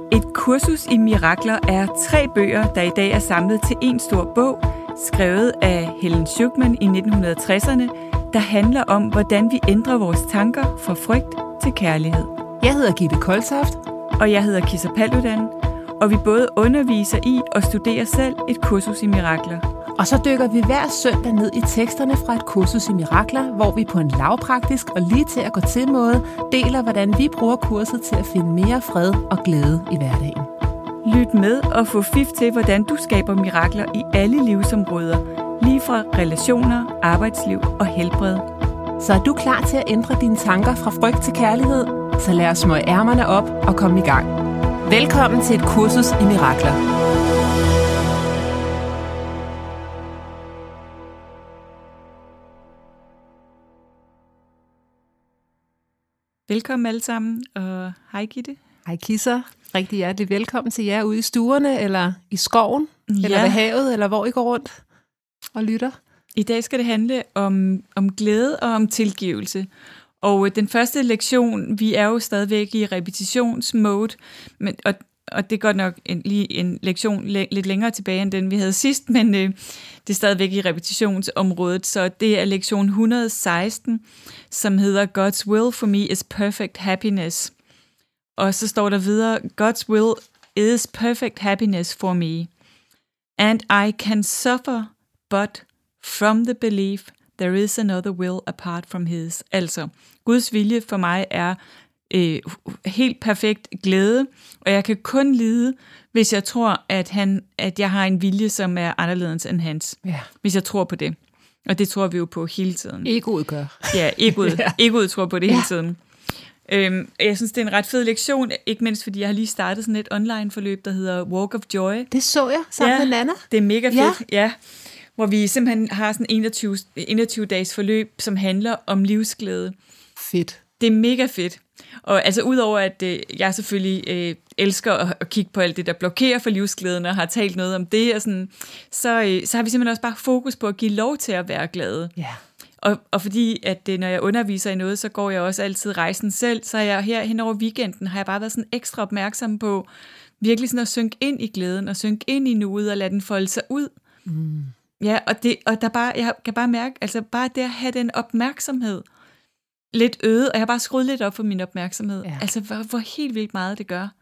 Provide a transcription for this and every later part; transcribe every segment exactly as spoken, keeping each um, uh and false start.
Et kursus i mirakler er tre bøger, der i dag er samlet til en stor bog, skrevet af Helen Schucman i nitten tresserne, der handler om, hvordan vi ændrer vores tanker fra frygt til kærlighed. Jeg hedder Gitte Koltoft. Og jeg hedder Kisser Paludan, og vi både underviser i og studerer selv et kursus i mirakler. Og så dykker vi hver søndag ned i teksterne fra et kursus i mirakler, hvor vi på en lavpraktisk og lige til at gå til måde deler, hvordan vi bruger kurset til at finde mere fred og glæde i hverdagen. Lyt med og få fif til, hvordan du skaber mirakler i alle livsområder, lige fra relationer, arbejdsliv og helbred. Så er du klar til at ændre dine tanker fra frygt til kærlighed? Så lad os smøge ærmerne op og komme i gang. Velkommen til et kursus i mirakler. Velkommen alle sammen, og hej Gitte. Hej Kisser. Rigtig hjertelig velkommen til jer ude i stuerne, eller i skoven, ja. Eller ved havet, eller hvor I går rundt og lytter. I dag skal det handle om, om glæde og om tilgivelse. Og den første lektion, vi er jo stadigvæk i repetitionsmode, men, og, og det er godt nok en, lige en lektion læ- lidt længere tilbage end den, vi havde sidst, men øh, det er stadigvæk i repetitionsområdet, så det er lektion et hundrede og seksten, som hedder God's will for me is perfect happiness. Og så står der videre, God's will is perfect happiness for me, and I can suffer but from the belief there is another will apart from his. Altså, Guds vilje for mig er øh, helt perfekt glæde, og jeg kan kun lide, hvis jeg tror, at, han, at jeg har en vilje, som er anderledes end hans. Ja. Hvis jeg tror på det. Og det tror vi jo på hele tiden. Egoet gør. Ja, egoet, ja. egoet tror på det ja. hele tiden. Øhm, jeg synes, det er en ret fed lektion, ikke mindst fordi jeg har lige startet sådan et online-forløb, der hedder Walk of Joy. Det så jeg sammen ja, med Nana. Det er mega fedt, ja. ja. Hvor vi simpelthen har sådan enogtyve, enogtyve dages forløb, som handler om livsglæde. Fedt. Det er mega fedt. Og altså udover at øh, jeg selvfølgelig øh, elsker at, at kigge på alt det, der blokerer for livsglæden, og har talt noget om det, og sådan, så, øh, så har vi simpelthen også bare fokus på at give lov til at være glade. Ja. Og, og fordi, at øh, når jeg underviser i noget, så går jeg også altid rejsen selv, så jeg her hen over weekenden, har jeg bare været sådan ekstra opmærksom på, virkelig sådan at synke ind i glæden, og synke ind i nuet, og lade den folde sig ud. Mm. Ja, og, det, og der bare, jeg kan bare mærke, altså bare det at have den opmærksomhed, lidt øget, og jeg har bare skruet lidt op for min opmærksomhed. Ja. Altså, hvor, hvor helt vildt meget det gør.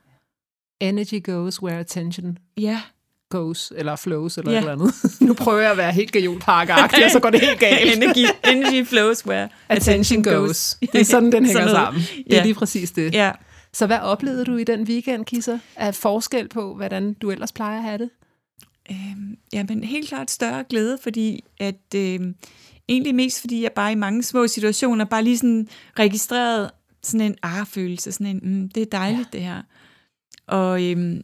Energy goes where attention ja. goes, eller flows, eller ja. et eller andet. Nu prøver jeg at være helt gajolpark-agtig, og så går det helt galt. energy, energy flows where attention, attention goes. goes. Det er sådan, den hænger sådan sammen. Det er ja. lige præcis det. Ja. Så hvad oplevede du i den weekend, Kisser? Er forskel på, hvordan du ellers plejer at have det? Øhm, jamen, helt klart større glæde, fordi at... Øh, egentlig mest, fordi jeg bare i mange små situationer bare lige sådan registreret sådan en ah-følelse, sådan en, mm, det er dejligt ja. det her. Og, øhm,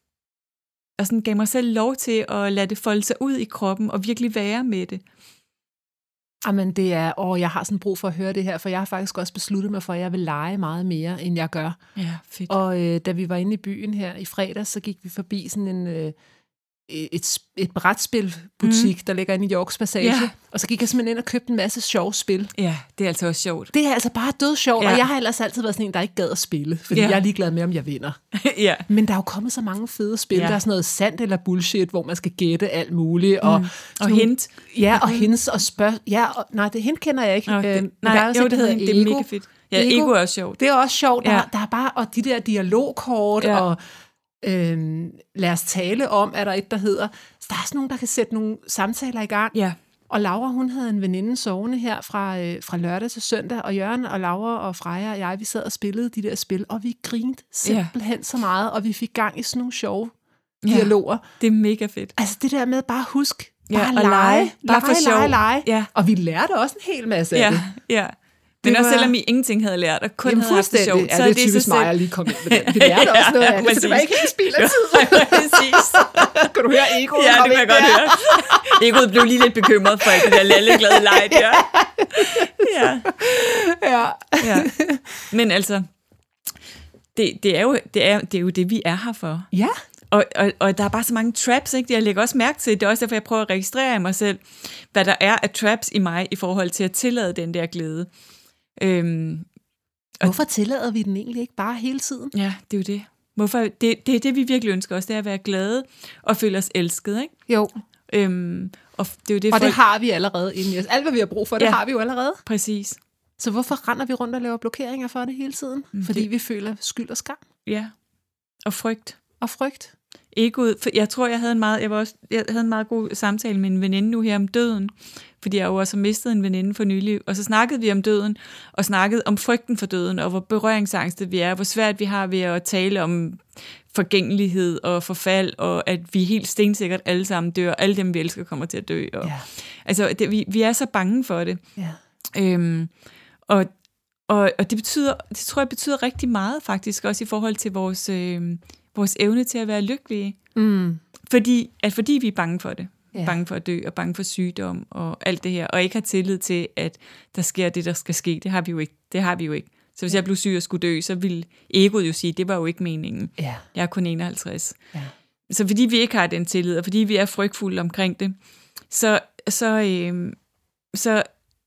og sådan gav mig selv lov til at lade det folde sig ud i kroppen og virkelig være med det. Jamen det er, åh, jeg har sådan brug for at høre det her, for jeg har faktisk også besluttet mig for, at jeg vil lege meget mere, end jeg gør. Ja, fedt. Og øh, da vi var inde i byen her i fredags, så gik vi forbi sådan en... Øh, et, et brætspilbutik, mm. der ligger inde i Yorks Passage, ja. Og så gik jeg simpelthen ind og købte en masse sjove spil. Ja, det er altså også sjovt. Det er altså bare død sjovt, ja. Og jeg har ellers altid været sådan en, der ikke gad at spille, fordi ja. jeg er ligeglad med, om jeg vinder. ja. Men der er jo kommet så mange fede spil, ja. Der er sådan noget sandt eller bullshit, hvor man skal gætte alt muligt. Og, mm. og hint. Ja, og hints og spørg... Ja, og, nej, det hint kender jeg ikke. Oh, det, øh, nej, der er jo, det hedder det er mega fedt. Ja, ego, ego er også sjovt. Det er også sjovt. Ja. Der, der er bare, og de der dialogkort, ja. og... Øhm, lad os tale om, er der et, der hedder... Så der er sådan nogen, der kan sætte nogle samtaler i gang. Ja. Og Laura, hun havde en veninde sovende her fra, øh, fra lørdag til søndag, og Jørgen og Laura og Freja og jeg, vi sad og spillede de der spil, og vi grinte simpelthen ja. så meget, og vi fik gang i sådan nogle sjove ja. dialoger. Det er mega fedt. Altså det der med bare husk, ja, bare lege, lege, bare for sjov. lege, lege. Ja. Og vi lærte også en hel masse ja. af det. Ja. Men også selvom I ingenting havde lært, og kun Jamen, havde haft det sjovt. Ja, det er typisk mig, jeg lige kom ind med det. Vi lærte også noget af det, så det var ikke helt spild af tid. Præcis. Kan du høre egoet? Ja, det kan jeg godt høre. Egoet blev lige lidt bekymret for alt det der lalleglade leg der. Ja. Ja. ja. Men altså, det, det, er jo, det, er, det er jo det, vi er her for. Ja. Og, og, og der er bare så mange traps, ikke? Jeg lægger også mærke til, det er også derfor, jeg prøver at registrere mig selv, hvad der er af traps i mig, i forhold til at tillade den der glæde. Øhm, Hvorfor tillader vi den egentlig ikke bare hele tiden? Ja, det er jo det. Hvorfor? Det, det er det, vi virkelig ønsker os, det er at være glade og føle os elsket, ikke? Jo. Øhm, og det, er jo det, og folk... det har vi allerede inde i os. Alt, hvad vi har brug for, det ja. har vi jo allerede. Præcis. Så hvorfor render vi rundt og laver blokeringer for det hele tiden? Mm, Fordi det... vi føler skyld og skam. Ja, og frygt. Og frygt. Egoet. For jeg tror, jeg havde en meget, jeg var også, jeg havde en meget god samtale med en veninde nu her om døden, fordi jeg jo også har mistet en veninde for nylig, og så snakkede vi om døden, og snakkede om frygten for døden, og hvor berøringsangste vi er, hvor svært vi har ved at tale om forgængelighed og forfald, og at vi helt stensikkert alle sammen dør, og alle dem, vi elsker, kommer til at dø. Og, ja. Altså, det, vi, vi er så bange for det. Ja. Øhm, og, og, og det betyder, det tror jeg betyder rigtig meget faktisk, også i forhold til vores, øh, vores evne til at være lykkelige. Mm. Fordi, at fordi vi er bange for det. Ja. Bange for at dø, og bange for sygdom, og alt det her, og ikke har tillid til, at der sker det, der skal ske. Det har vi jo ikke. Det har vi jo ikke. Så hvis jeg blev syg og skulle dø, så ville egoet jo sige, det var jo ikke meningen. Ja. Jeg er kun enoghalvtreds. Ja. Så fordi vi ikke har den tillid, og fordi vi er frygtfulde omkring det, så, så, øh, så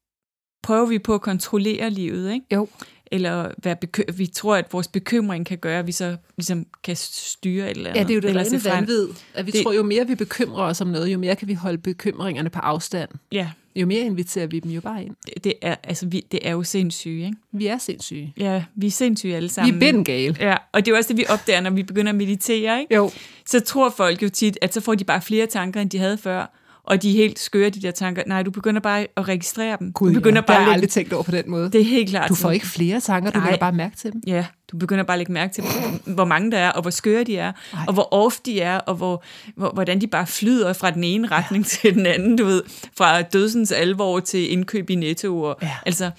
prøver vi på at kontrollere livet, ikke? Jo. Eller være bekø- vi tror, at vores bekymring kan gøre, at vi så ligesom kan styre et eller andet. Ja, det er jo det rene vanvid. At vi det... tror, jo mere vi bekymrer os om noget, jo mere kan vi holde bekymringerne på afstand. Ja. Jo mere inviterer vi dem jo bare ind. Det, det, er, altså, vi, det er jo sindssyge, ikke? Vi er sindssyge. Ja, vi er sindssyge alle sammen. Vi er bindgale. Ja, og det er jo også det, vi opdager, når vi begynder at meditere, ikke? Jo. Så tror folk jo tit, at så får de bare flere tanker, end de havde før. Og de er helt skøre, de der tanker. Nej, du begynder bare at registrere dem. Gud, du begynder ja. bare det har jeg lægge... aldrig tænkt over på den måde. Det er helt klart. Du får ikke flere tanker, du Nej. lægger bare mærke til dem. Ja, du begynder bare at lægge mærke til, hvor mange der er, og hvor skøre de er, Ej. og hvor off de er, og hvor, hvor, hvordan de bare flyder fra den ene retning ja. til den anden, du ved. Fra dødsens alvor til indkøb i Netto. Og, ja. Altså,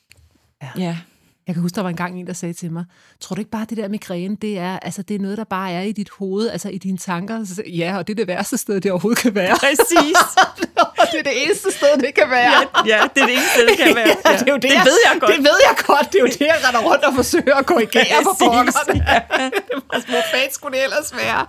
ja. ja. Jeg kan huske, der var engang en, der sagde til mig, tror du ikke bare, det der migræne, det er, altså, det er noget, der bare er i dit hoved, altså i dine tanker? Så, ja, og det er det værste sted, det overhovedet kan være. Præcis. Det er det eneste sted, det kan være. Ja, ja det er det eneste sted, det kan være. Ja, det, er jo det, det jeg, ved jeg godt. Det ved jeg godt. Det er jo det, jeg render rundt og forsøger at korrigere på pokkerne. Ja. Hvor fat skulle det ellers være?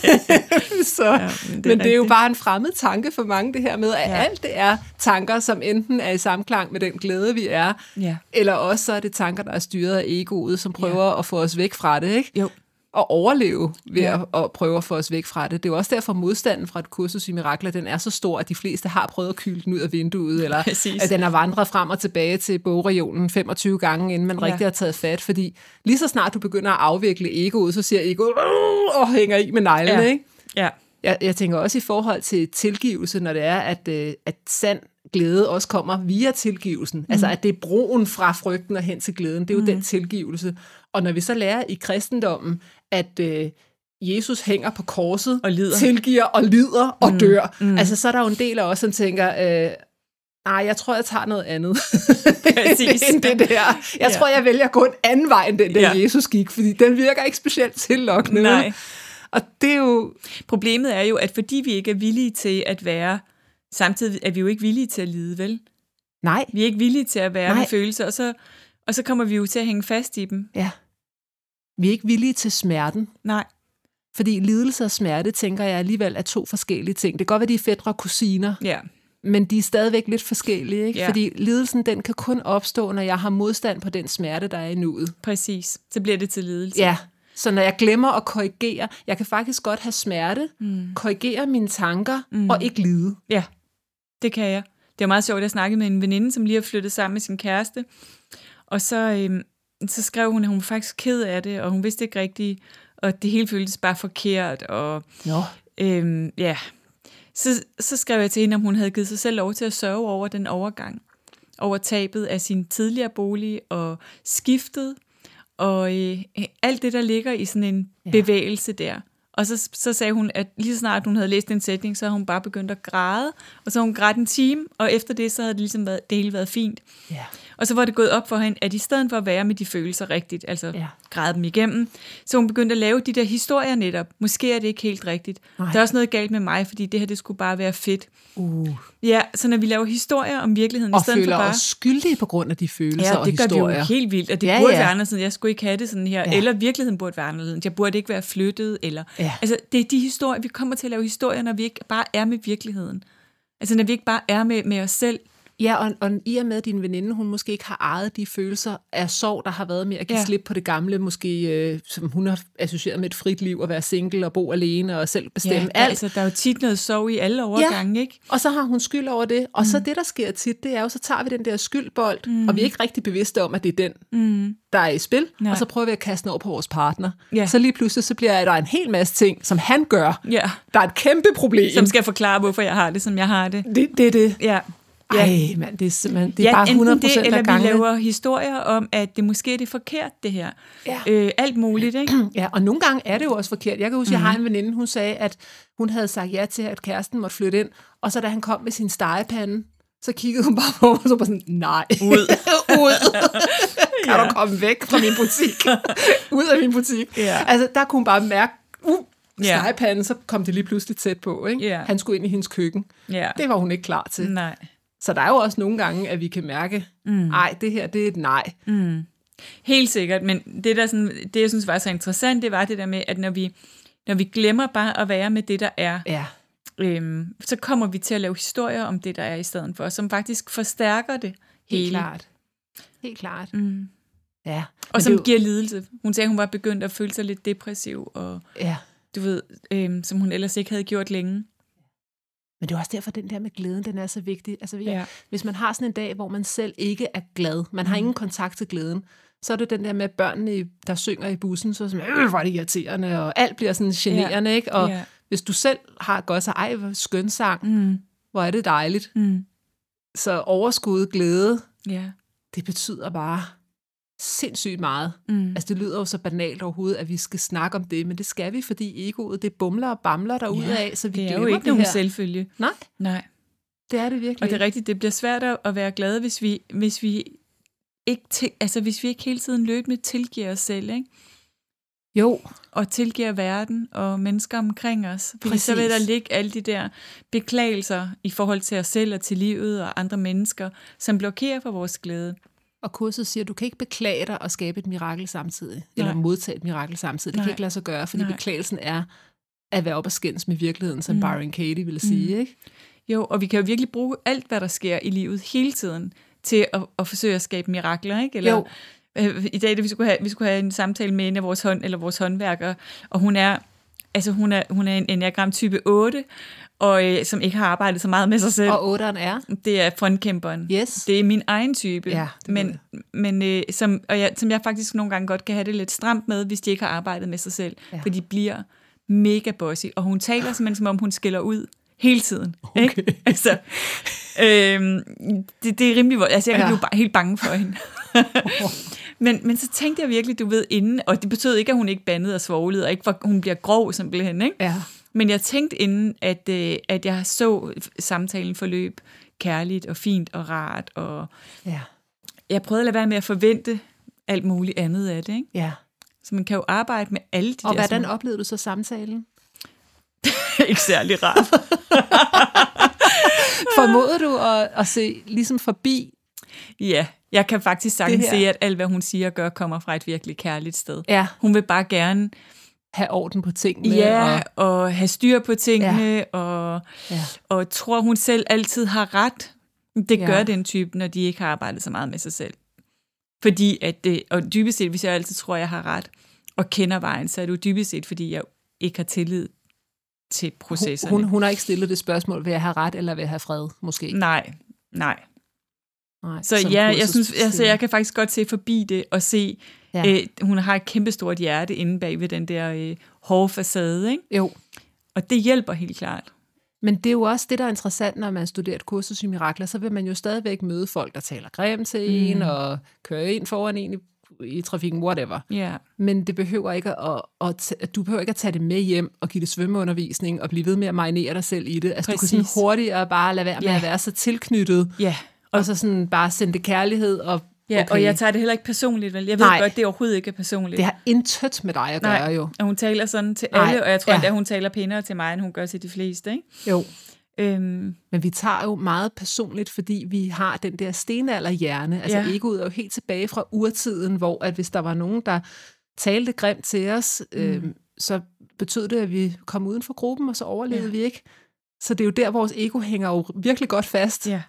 Ja. Så, ja, men det, men det er jo bare en fremmed tanke for mange, det her med, at ja. alt det er tanker, som enten er i samklang med den glæde, vi er, ja. eller også så er det tanker, der er styret af egoet, som prøver ja. at få os væk fra det, ikke? Jo. Og overleve ved ja. at, at prøve at få os væk fra det. Det er jo også derfor, modstanden fra et kursus i mirakler, den er så stor, at de fleste har prøvet at kyle den ud af vinduet, eller Præcis. at den har vandret frem og tilbage til bogregionen femogtyve gange, inden man ja. rigtig har taget fat. Fordi lige så snart du begynder at afvikle egoet, så siger egoet, og hænger i med neglene, ja. ikke? Ja. Jeg, jeg tænker også i forhold til tilgivelse, når det er, at, at sand glæde også kommer via tilgivelsen. Mm. Altså, at det er broen fra frygten og hen til glæden. Det er jo mm. den tilgivelse. Og når vi så lærer i kristendommen, at øh, Jesus hænger på korset, og lider. tilgiver og lider og mm. dør, mm. altså, så er der jo en del af os, som tænker, øh, nej, jeg tror, jeg tager noget andet. Præcis. end det der. Jeg ja. tror, jeg vælger at gå en anden vej, end den der ja. Jesus gik, fordi den virker ikke specielt tillokkende. Nej. Og det er jo... Problemet er jo, at fordi vi ikke er villige til at være, samtidig er vi jo ikke villige til at lide, vel? Nej. Vi er ikke villige til at være Nej. med følelser, og så, og så kommer vi jo til at hænge fast i dem. Ja. Vi er ikke villige til smerten. Nej. Fordi lidelse og smerte, tænker jeg alligevel, er to forskellige ting. Det kan godt være, de er fætre og kusiner, ja. men de er stadigvæk lidt forskellige, ikke? Ja. Fordi lidelsen, den kan kun opstå, når jeg har modstand på den smerte, der er i nuet. Præcis. Så bliver det til lidelse. Ja. Så når jeg glemmer at korrigere, jeg kan faktisk godt have smerte, mm. korrigere mine tanker mm. og ikke lide. Ja, det kan jeg. Det er meget sjovt, at jeg snakkede med en veninde, som lige har flyttet sammen med sin kæreste. Og så, øhm, så skrev hun, at hun var faktisk ked af det, og hun vidste ikke rigtigt, og det hele føltes bare forkert. Og, jo. Øhm, ja. så, så skrev jeg til hende, om hun havde givet sig selv lov til at sørge over den overgang. Over tabet af sin tidligere bolig og skiftet. Og øh, alt det, der ligger i sådan en ja. bevægelse der. Og så, så sagde hun, at lige så snart hun havde læst en sætning, så havde hun bare begyndt at græde. Og så havde hun grædt en time, og efter det, så havde det ligesom været, det hele været fint. Ja. Og så var det gået op for hende, at i stedet for at være med de følelser rigtigt, altså ja. græde dem igennem, så hun begyndte at lave de der historier netop. Måske er det ikke helt rigtigt. Nej. Der er også noget galt med mig, fordi det her, det skulle bare være fedt. Uh. Ja, så når vi laver historier om virkeligheden, og i stedet for bare... Og føler os skyldige på grund af de følelser ja, og historier. Ja, det gør vi jo helt vildt, at det ja, burde ja. være anderledes, jeg skulle ikke have det sådan her, ja. eller virkeligheden burde være anderledes, jeg burde ikke være flyttet, eller... Ja. Altså, det er de historier, vi kommer til at lave historier, når vi ikke bare er med virkeligheden. Altså, når vi ikke bare er med, med os selv. Ja, og, og i og med, at din veninde, hun måske ikke har ejet de følelser af sorg, der har været med at give ja. slip på det gamle, måske øh, som hun har associeret med et frit liv, at være single og bo alene og selv bestemme ja, der, alt. Altså, der er jo tit noget sorg i alle overgange, ja. ikke? Og så har hun skyld over det. Og mm. så det, der sker tit, det er jo, så tager vi den der skyldbold, mm. og vi er ikke rigtig bevidste om, at det er den, mm. der er i spil, Nej. og så prøver vi at kaste den over på vores partner. Ja. Så lige pludselig, så bliver der en hel masse ting, som han gør. Ja. Der er et kæmpe problem. Som skal forklare, hvorfor jeg har det, som jeg har det. Det, det er det. Ja. Ja. Ej, mand, det er simpelthen, det er ja, bare hundrede procent det, af gangen. Eller vi laver historier om, at det måske er det forkert, det her. Ja. Øh, alt muligt, ikke? Ja, og nogle gange er det jo også forkert. Jeg kan huske, mm. jeg har en veninde, hun sagde, at hun havde sagt ja til, at kæresten måtte flytte ind, og så da han kom med sin stegepande, så kiggede hun bare på mig, og så var sådan, nej, ud. ud. Kan ja. du komme væk fra min butik? Ud af min butik. Ja. Altså, der kunne hun bare mærke, uh, ja. stegepanden, så kom det lige pludselig tæt på. Ikke? Ja. Han skulle ind i hendes køkken. Ja. Det var hun ikke klar til. Nej. Så der er jo også nogle gange, at vi kan mærke, nej, mm. det her, det er et nej. Mm. Helt sikkert, men det, der sådan, det, jeg synes var så interessant, det var det der med, at når vi, når vi glemmer bare at være med det, der er, ja. øhm, så kommer vi til at lave historier om det, der er i stedet for, som faktisk forstærker det hele. Helt klart. Helt klart. Mm. Ja. Og som jo... giver lidelse. Hun sagde, hun var begyndt at føle sig lidt depressiv, og ja. du ved, øhm, som hun ellers ikke havde gjort længe. Men det er også derfor, den der med glæden, den er så vigtig. Altså, ja. Hvis man har sådan en dag, hvor man selv ikke er glad, man har ingen kontakt til glæden, så er det den der med børnene, der synger i bussen, så er det sådan, øh, hvor er det irriterende, og alt bliver sådan generende, ja. Ikke? Og ja. Hvis du selv har godt så, ej, hvor skøn sang, mm. hvor er det dejligt. Mm. Så overskud, glæde, ja. det betyder bare sindssygt meget. Mm. Altså det lyder jo så banalt overhovedet, at vi skal snakke om det, men det skal vi, fordi egoet, det bumler og bamler derudad, ja, så vi det er glemmer jo ikke det nogen her. selvfølge. Nej. Nej. Det er det virkelig. Og det er rigtigt, det bliver svært at være glade, hvis vi, hvis vi ikke, til, altså hvis vi ikke hele tiden løbende tilgiver os selv, ikke? Jo. Og tilgiver verden og mennesker omkring os. Fordi Præcis. Så vil der ligge alle de der beklagelser i forhold til os selv og til livet og andre mennesker, som blokerer for vores glæde. Og kurset siger, at du kan ikke beklage dig og skabe et mirakel samtidig, Nej. eller modtage et mirakel samtidig. Det Nej. kan ikke lade sig gøre, fordi Nej. beklagelsen er at være op og skændes med virkeligheden, som mm. Byron Katie ville sige. Mm. Ikke? Jo, og vi kan jo virkelig bruge alt, hvad der sker i livet hele tiden, til at, at forsøge at skabe mirakler, ikke? Eller, jo. Øh, I dag, vi skulle, have, vi skulle have en samtale med en af vores, hånd, eller vores håndværkere, og hun er, altså hun er, hun er en enneagram type otte, og øh, som ikke har arbejdet så meget med sig selv. Og otteren er? Det er frontkæmperen. Yes. Det er min egen type. Ja, men, men øh, som, og jeg, som jeg faktisk nogle gange godt kan have det lidt stramt med, hvis de ikke har arbejdet med sig selv. Ja. For de bliver mega bossy. Og hun taler simpelthen, som om hun skiller ud hele tiden. Okay. Ikke? Altså, øh, det, det er rimelig... Altså, jeg kan ja. blive helt bange for hende. men, men så tænkte jeg virkelig, du ved, inden... Og det betød ikke, at hun ikke bandede og svoglede, og ikke for, hun bliver grov simpelthen, ikke? Ja. Men jeg tænkte inden, at, øh, at jeg så samtalen forløb kærligt og fint og rart, og ja. jeg prøvede at lade være med at forvente alt muligt andet af det, ikke? Ja. Så man kan jo arbejde med alle de og der... Og hvordan oplevede du så samtalen? Ikke særlig rart. Formodede du at, at se ligesom forbi? Ja, jeg kan faktisk sagtens se, at alt, hvad hun siger og gør, kommer fra et virkelig kærligt sted. Ja. Hun vil bare gerne... have orden på tingene. Ja, og, og have styr på tingene, ja. Og, ja. og tror, hun selv altid har ret. Det gør ja. den type, når de ikke har arbejdet så meget med sig selv. Fordi, at det, og dybest set, hvis jeg altid tror, jeg har ret, og kender vejen, så er det jo dybest set, fordi jeg ikke har tillid til processerne. Hun, hun, hun har ikke stillet det spørgsmål, vil jeg have ret, eller vil jeg have fred, måske? Nej, nej. nej så ja, jeg, synes, altså, jeg kan faktisk godt se forbi det, og se, ja. øh, hun har et kæmpestort hjerte inde bag ved den der øh, hårde facade, ikke? Jo. Og det hjælper helt klart. Men det er jo også det, der er interessant, når man studerer et kursus i mirakler, så vil man jo stadigvæk møde folk, der taler grimt til mm. en, og kører ind foran en i, i trafikken, whatever. Yeah. Men det behøver ikke at, at, at, du behøver ikke at tage det med hjem og give det svømmeundervisning, og blive ved med at marinere dig selv i det. Altså Præcis. Du kan sådan hurtigere bare lade være med yeah. at være så tilknyttet, yeah. og, og så sådan bare sende det kærlighed, og ja, okay. og jeg tager det heller ikke personligt, vel? Jeg ved Nej. godt, det overhovedet ikke er personligt. Det har intet med dig at gøre, Nej. jo. Og hun taler sådan til Nej. alle, og jeg tror ja. endda, hun taler pænere til mig, end hun gør til de fleste, ikke? Jo. Øhm. Men vi tager jo meget personligt, fordi vi har den der stenalderhjerne. Altså ja. egoet er jo helt tilbage fra urtiden, hvor at hvis der var nogen, der talte grimt til os, mm. øh, så betød det, at vi kom uden for gruppen, og så overlevede ja. vi ikke. Så det er jo der, vores ego hænger jo virkelig godt fast. Ja.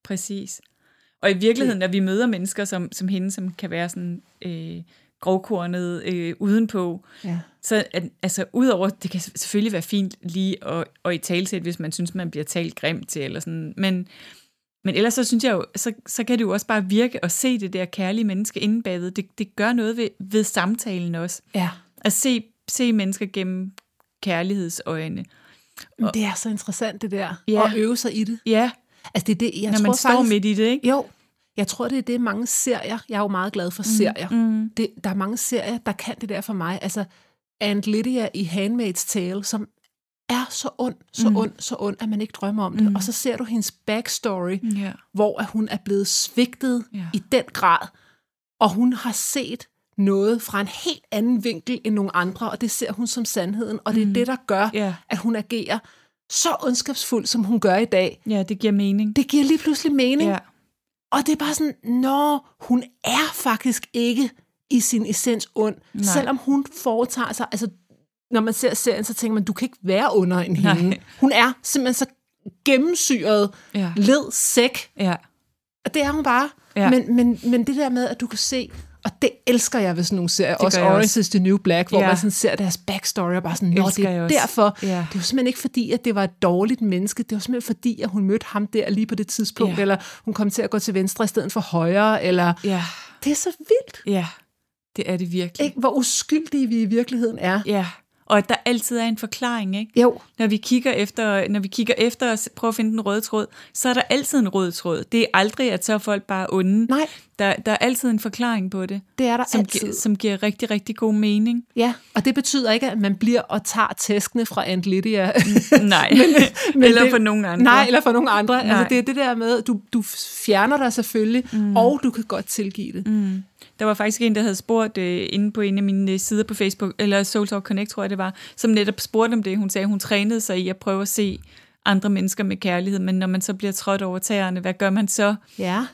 præcis. Og i virkeligheden, når vi møder mennesker som, som hende, som kan være sådan øh, grovkornet øh, udenpå, ja. så at, altså udover, det kan selvfølgelig være fint lige at, at i talsæt, hvis man synes, man bliver talt grimt til, eller sådan, men, men ellers så synes jeg jo, så, så kan det jo også bare virke at se det der kærlige menneske inde bagved. Det, det gør noget ved, ved samtalen også. Ja. At se, se mennesker gennem kærlighedsøjne. Og, det er så interessant det der, ja. at øve sig i det. Ja. Altså det er det, jeg Når tror man står faktisk, midt i det, ikke? Jo, jeg tror, det er det, mange serier, jeg er jo meget glad for serier. Mm, mm. Det, der er mange serier, der kan det der for mig. Altså, Aunt Lydia i Handmaid's Tale, som er så ond, så mm. ond, så ond, at man ikke drømmer om det. Mm. Og så ser du hendes backstory, yeah. hvor hun er blevet svigtet yeah. i den grad, og hun har set noget fra en helt anden vinkel end nogle andre, og det ser hun som sandheden, og det er mm. det, der gør, yeah. at hun agerer så ondskabsfuld, som hun gør i dag. Ja, det giver mening. Det giver lige pludselig mening. Ja. Og det er bare sådan, nå, hun er faktisk ikke i sin essens ond, Nej. selvom hun foretager sig, altså når man ser serien, så tænker man, du kan ikke være under en hende. Nej. Hun er simpelthen så gennemsyret, ja. led, sæk. Ja. Og det er hun bare. Ja. Men, men, men det der med, at du kan se, og det elsker jeg ved sådan nogle serier, det også Orange is the New Black, hvor ja. man sådan ser deres backstory, og bare sådan, nå, det er derfor. Ja. Det er jo simpelthen ikke fordi, at det var et dårligt menneske, det var simpelthen fordi, at hun mødte ham der lige på det tidspunkt, ja. eller hun kom til at gå til venstre i stedet for højre, eller... Ja. Det er så vildt. Ja, det er det virkelig. Ikke? Hvor uskyldige vi i virkeligheden er. Ja. Og at der altid er en forklaring, ikke? Jo. Når vi kigger efter, når vi kigger efter og prøver at finde den røde tråd, så er der altid en rød tråd. Det er aldrig, at så er folk bare onde. Nej. Der, der er altid en forklaring på det. Det er der som altid. Gi- som giver rigtig, rigtig god mening. Ja, og det betyder ikke, at man bliver og tager tæskene fra Aunt Lydia. Nej, men, men eller det, for nogen andre. Nej, eller for nogen andre. Nej. Altså, det er det der med, du, du fjerner dig selvfølgelig, mm. og du kan godt tilgive det. Mm. Der var faktisk en, der havde spurgt øh, inde på en af mine sider på Facebook, eller Soul Talk Connect, tror jeg det var, som netop spurgte om det. Hun sagde, hun trænede sig i at prøve at se andre mennesker med kærlighed, men når man så bliver trådt over tæerne, hvad gør man så? Ja.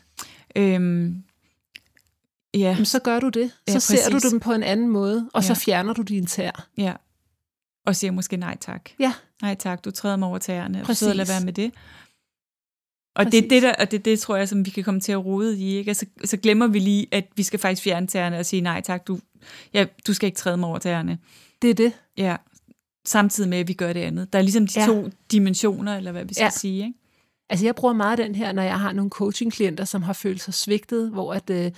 Øhm, ja. Jamen, så gør du det. Så ja, ser du dem på en anden måde, og ja. så fjerner du din tær. Ja. Og siger måske nej tak. Ja. Nej tak, du træder mig over tæerne. Præcis. Så lad være med det. Og det, er det, der, og det er det, tror jeg, som vi kan komme til at rode i. Ikke? Altså, så glemmer vi lige, at vi skal faktisk fjerne tæerne og sige, nej tak, du, ja, du skal ikke træde mig over tæerne. Det er det. Ja, samtidig med, at vi gør det andet. Der er ligesom de ja. to dimensioner, eller hvad vi skal ja. sige. Ikke? Altså, jeg bruger meget den her, når jeg har nogle coaching-klienter, som har følt sig svigtet, hvor at, øh,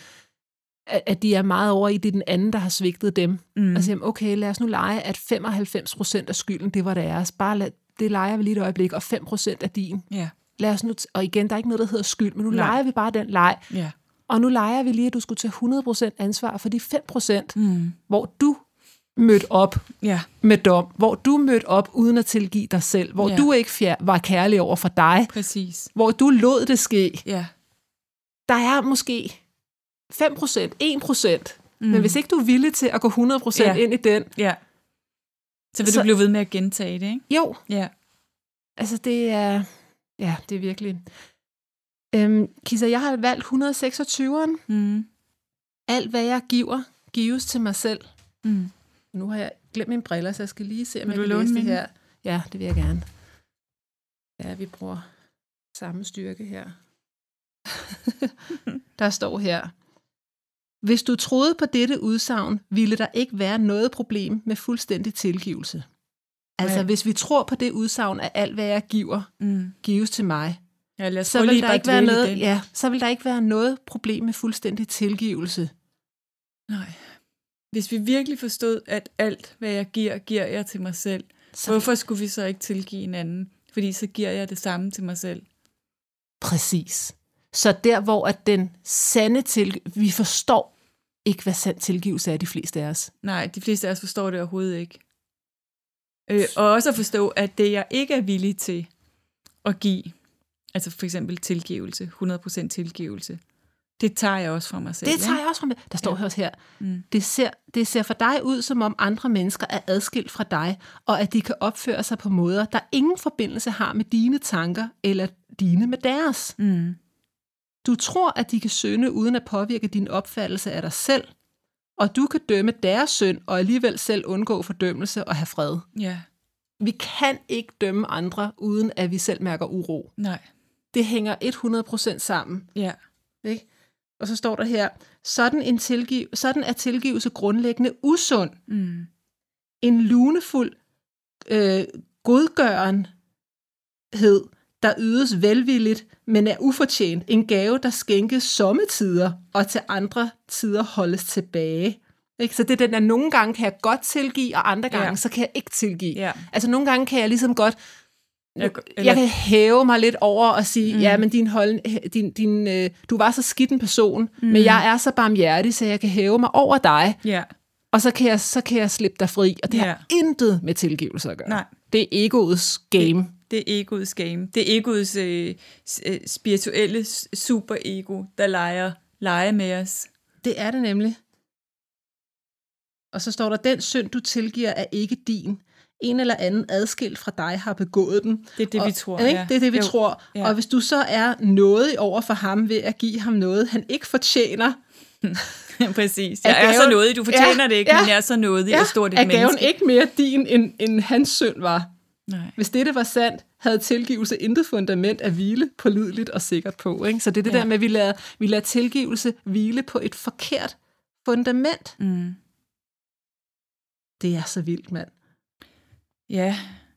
at de er meget over i, det den anden, der har svigtet dem. Mm. Altså, okay, lad os nu lege, at femoghalvfems procent af skylden, det var deres. Bare lad, det leger vi lige et øjeblik, og fem procent af din. Ja. Lad os nu t- og igen, der er ikke noget, der hedder skyld, men nu Nej. leger vi bare den leg. Ja. Og nu leger vi lige, at du skulle tage hundrede procent ansvar for de fem procent, mm. hvor du mødte op ja. med dom, hvor du mødte op uden at tilgive dig selv, hvor ja. du ikke fjer- var kærlig over for dig, Præcis. hvor du lod det ske. Ja. Der er måske fem procent, en procent, mm. men hvis ikke du er villig til at gå hundrede procent ja. ind i den, ja. så vil så, du blive ved med at gentage det, ikke? Jo. Ja. Altså det er... Ja, det er virkelig. Øhm, Kisa, jeg har valgt et hundrede og seksogtyveren. Mm. Alt, hvad jeg giver, gives til mig selv. Mm. Nu har jeg glemt mine briller, så jeg skal lige se, om vil jeg kan læse det her. Ja, det vil jeg gerne. Ja, vi bruger samme styrke her. Der står her. Hvis du troede på dette udsagn, ville der ikke være noget problem med fuldstændig tilgivelse. Altså, ja. hvis vi tror på det udsagn, at alt, hvad jeg giver, mm. gives til mig, ja, så, vil der ikke være noget, ja, så vil der ikke være noget problem med fuldstændig tilgivelse. Nej. Hvis vi virkelig forstod, at alt, hvad jeg giver, giver jeg til mig selv, så hvorfor skulle vi så ikke tilgive en anden? Fordi så giver jeg det samme til mig selv. Præcis. Så der, hvor at den sande tilgivelse, vi forstår ikke, hvad sand tilgivelse er, de fleste af os. Nej, de fleste af os forstår det overhovedet ikke. Øh, og også at forstå, at det, jeg ikke er villig til at give, altså for eksempel tilgivelse, hundrede procent tilgivelse, det tager jeg også fra mig selv. Det tager jeg også fra mig. Der står ja. også her, mm. det, ser, det ser for dig ud, som om andre mennesker er adskilt fra dig, og at de kan opføre sig på måder, der ingen forbindelse har med dine tanker, eller dine med deres. Mm. Du tror, at de kan synde, uden at påvirke din opfattelse af dig selv, og du kan dømme deres synd, og alligevel selv undgå fordømmelse og have fred. Ja. Vi kan ikke dømme andre, uden at vi selv mærker uro. Nej. det hænger hundrede procent sammen. Ja. Ikke? Og så står der her, sådan, en tilgiv- sådan er tilgivelse grundlæggende usund. Mm. En lunefuld øh, godgørenhed, der ydes velvilligt, men er ufortjent. En gave, der skænkes sommetider, og til andre tider holdes tilbage. Ikke? Så det er den, at nogle gange kan jeg godt tilgive, og andre gange, ja. så kan jeg ikke tilgive. Ja. Altså nogle gange kan jeg ligesom godt, jeg, jeg kan hæve mig lidt over og sige, mm. ja, men din hold, din, din, øh, du var så skidt en person, mm. men jeg er så barmhjertig, så jeg kan hæve mig over dig. Ja. Og så kan, jeg, så kan jeg slippe dig fri, og det ja. har intet med tilgivelse at gøre. Nej. Det er egoets game. Det, det er egoets game. Det er egoets øh, spirituelle superego, der leger, leger med os. Det er det nemlig. Og så står der, den synd, du tilgiver, er ikke din. En eller anden adskilt fra dig har begået den. Det er det, og, vi tror. Ikke? Ja. Det er det, vi jo. tror. Ja. Og hvis du så er nådig over for ham ved at give ham noget, han ikke fortjener. Præcis. Jeg er, gaven, er så nådig. Du fortjener ja, det ikke, ja, men jeg er så nådig ja, og stort et menneske. Er gaven ikke mere din, end, end hans synd var? Nej. Hvis dette var sandt, havde tilgivelse intet fundament at hvile pålideligt og sikkert på. Ikke? Så det er det ja. der med, at vi lader, vi lader tilgivelse hvile på et forkert fundament. Mm. Det er så vildt, mand. Ja.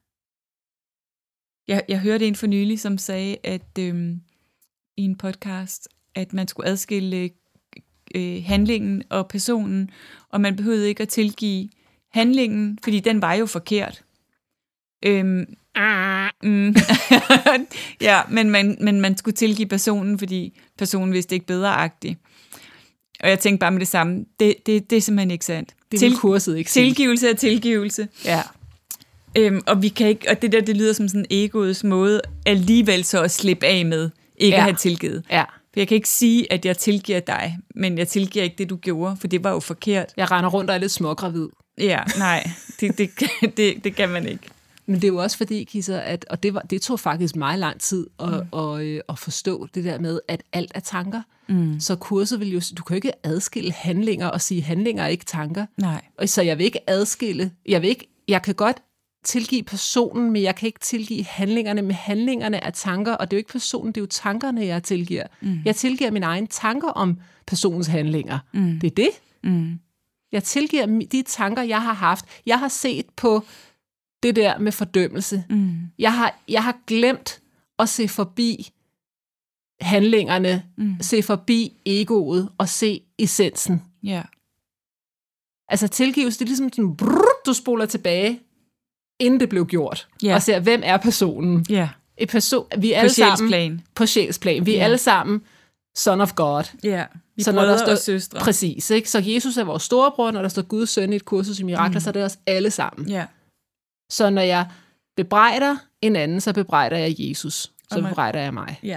Jeg, jeg hørte en for nylig, som sagde, at øhm, i en podcast, at man skulle adskille øh, handlingen og personen, og man behøvede ikke at tilgive handlingen, fordi den var jo forkert. Øhm, mm, ja, men man, men man skulle tilgive personen, fordi personen vidste ikke bedre-agtigt. Og jeg tænkte bare med det samme, det, det, det er simpelthen ikke sandt. Det vil kurset ikke sige. Tilgivelse er tilgivelse. Ja. Øhm, og vi kan ikke, og det der, det lyder som sådan egoets måde alligevel så at slippe af med, ikke ja. at have tilgivet. Ja. For jeg kan ikke sige, at jeg tilgiver dig, men jeg tilgiver ikke det, du gjorde, for det var jo forkert. Jeg render rundt og er lidt smågravid. Ja, nej, det, det, det, det kan man ikke. Men det er jo også fordi, Kisser, at, og det, var, det tog faktisk meget lang tid at, mm. at, at, at forstå det der med, at alt er tanker. Mm. Så kurset vil jo, du kan jo ikke adskille handlinger og sige, handlinger er ikke tanker. Nej. Og så jeg vil ikke adskille, jeg vil ikke, jeg kan godt tilgive personen, men jeg kan ikke tilgive handlingerne, men handlingerne er tanker, og det er jo ikke personen, det er jo tankerne, jeg tilgiver. Mm. Jeg tilgiver mine egne tanker om personens handlinger. Mm. Det er det. Mm. Jeg tilgiver de tanker, jeg har haft. Jeg har set på det der med fordømmelse. Mm. Jeg har, jeg har glemt at se forbi handlingerne, mm. se forbi egoet og se essensen. Ja. Yeah. Altså tilgivelse, det er ligesom sådan, brrr, du spoler tilbage, inden det blev gjort, yeah. og ser, hvem er personen? Ja. Yeah. Person, vi er på alle sammen sjælsplan. På sjælsplan. Vi er yeah. alle sammen son of God. Ja, yeah. vi så brødre når der står, og søstre. Præcis, ikke? Så Jesus er vores storebror, når der står Guds søn i et kursus i mirakler, mm. så er det os alle sammen. Ja. Yeah. Så når jeg bebrejder en anden, så bebrejder jeg Jesus. Så man, bebrejder jeg mig. Ja.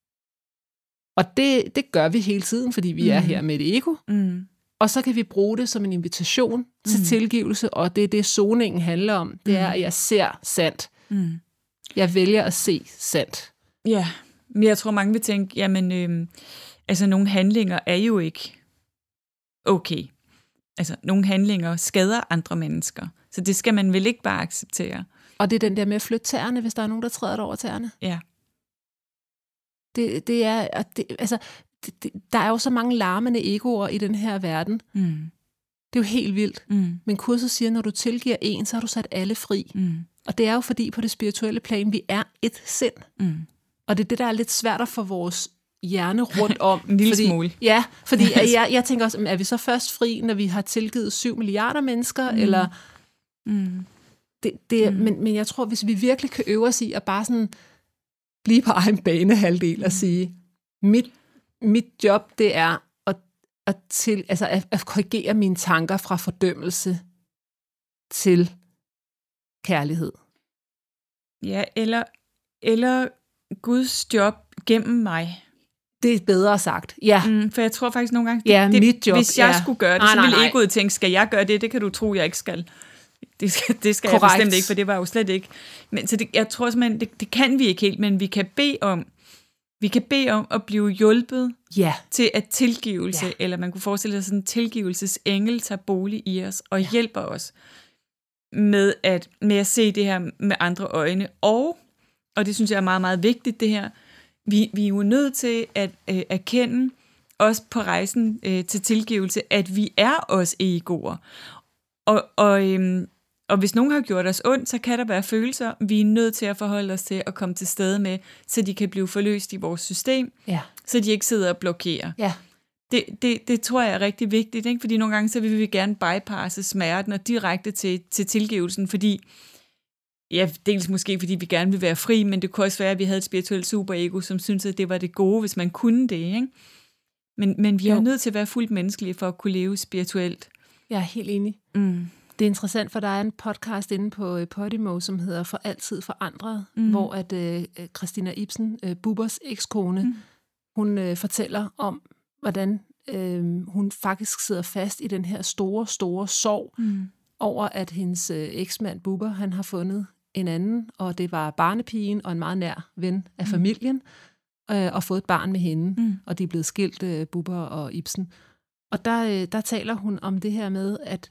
Og det, det gør vi hele tiden, fordi vi mm. er her med et ego. Mm. Og så kan vi bruge det som en invitation til mm. tilgivelse, og det er det, soningen handler om. Det er, at jeg ser sandt. Mm. Jeg vælger at se sandt. Ja, men jeg tror, mange vil tænke, jamen, øh, altså, nogle handlinger er jo ikke okay. Altså, nogle handlinger skader andre mennesker. Så det skal man vel ikke bare acceptere. Og det er den der med at flytte tæerne, hvis der er nogen, der træder over tæerne. Ja. Det, det er, det, altså, det, det, der er jo så mange larmende egoer i den her verden. Mm. Det er jo helt vildt. Mm. Men kurset siger, at når du tilgiver en, så har du sat alle fri. Mm. Og det er jo fordi på det spirituelle plan, vi er et sind. Mm. Og det er det, der er lidt svært at få vores hjerne rundt om. En lille fordi, smule. Ja, fordi jeg, jeg tænker også, er vi så først fri, når vi har tilgivet syv milliarder mennesker? Mm. Eller... Mm. Det, det, mm. men, men jeg tror, hvis vi virkelig kan øve os i at bare sådan blive på egen banehalvdel mm. og sige, mit, mit job, det er at, at, til, altså at, at korrigere mine tanker fra fordømmelse til kærlighed. Ja, eller, eller Guds job gennem mig. Det er bedre sagt, ja. Mm, for jeg tror faktisk nogle gange, ja, det, mit job, hvis jeg ja. skulle gøre det, nej, så nej, ville nej. egoet tænke, skal jeg gøre det? Det kan du tro, jeg ikke skal. Det skal, det skal jeg bestemt ikke, for det var jo slet ikke. Men, så det, jeg tror simpelthen, det, det kan vi ikke helt, men vi kan bede om, vi kan bede om at blive hjulpet ja. til at tilgivelse, ja. eller man kunne forestille sig sådan en tilgivelsesengel tager bolig i os og ja. hjælper os med at, med at se det her med andre øjne. Og, og det synes jeg er meget, meget vigtigt, det her, vi, vi er jo nødt til at øh, erkende, også på rejsen øh, til tilgivelse, at vi er også egoer. Og, og, øhm, og hvis nogen har gjort os ondt, så kan der være følelser, vi er nødt til at forholde os til at komme til stede med, så de kan blive forløst i vores system, ja. så de ikke sidder og blokerer. Ja. Det, det, det tror jeg er rigtig vigtigt, ikke? Fordi nogle gange så vil vi gerne bypasse smerten og direkte til, til tilgivelsen, fordi, ja, dels måske fordi vi gerne vil være fri, men det kunne også være, at vi havde et spirituelt superego, som syntes, at det var det gode, hvis man kunne det, ikke? Men, men vi er jo nødt til at være fuldt menneskelige for at kunne leve spirituelt. Jeg er helt enig. Mm. Det er interessant, for der er en podcast inde på Podimo, som hedder For altid forandret, mm. hvor at uh, Christina Ibsen, uh, Bubbers ekskone, mm. hun uh, fortæller om, hvordan uh, hun faktisk sidder fast i den her store, store sorg mm. over, at hendes uh, eksmand Bubber, han har fundet en anden, og det var barnepigen og en meget nær ven af mm. familien, uh, og fået et barn med hende, mm. og de er blevet skilt, uh, Bubber og Ibsen. Og der, uh, der taler hun om det her med, at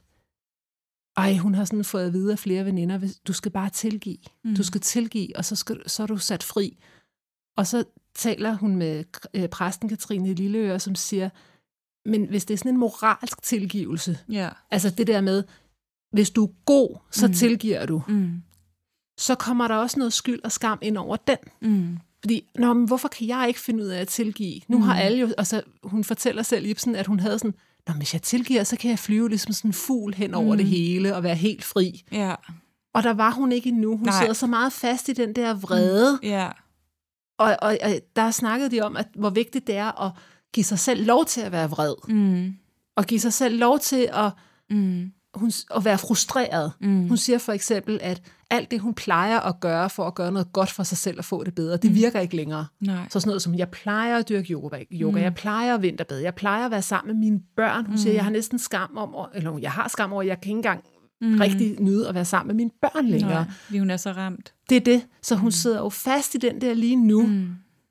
ej, hun har sådan fået at vide af flere veninder, du skal bare tilgive. Mm. Du skal tilgive, og så, skal, så er du sat fri. Og så taler hun med øh, præsten Katrine Lilleøre, som siger, men hvis det er sådan en moralsk tilgivelse, yeah. altså det der med, hvis du er god, så mm. tilgiver du, mm. så kommer der også noget skyld og skam ind over den. Mm. Fordi, nå, men hvorfor kan jeg ikke finde ud af at tilgive? Nu mm. har alle jo, og så hun fortæller selv Ibsen, at hun havde sådan, nå, hvis jeg tilgiver, så kan jeg flyve ligesom sådan en fugl hen over mm. det hele og være helt fri. Ja. Og der var hun ikke endnu. Hun Nej. sidder så meget fast i den der vrede. Mm. Ja. Og, og, og der snakkede de om, at hvor vigtigt det er at give sig selv lov til at være vred. Mm. Og give sig selv lov til at, mm. hun, at være frustreret. Mm. Hun siger for eksempel, at alt det, hun plejer at gøre for at gøre noget godt for sig selv og få det bedre, det virker ikke længere. Nej. Så sådan noget som, jeg plejer at dyrke yoga, yoga mm. jeg plejer at vinterbade, jeg plejer at være sammen med mine børn. Hun mm. siger, jeg har næsten skam om, eller jeg har skam over, jeg kan ikke engang mm. rigtig nyde at være sammen med mine børn længere. Nej, fordi hun er så ramt. Det er det. Så hun mm. sidder jo fast i den der lige nu. Mm.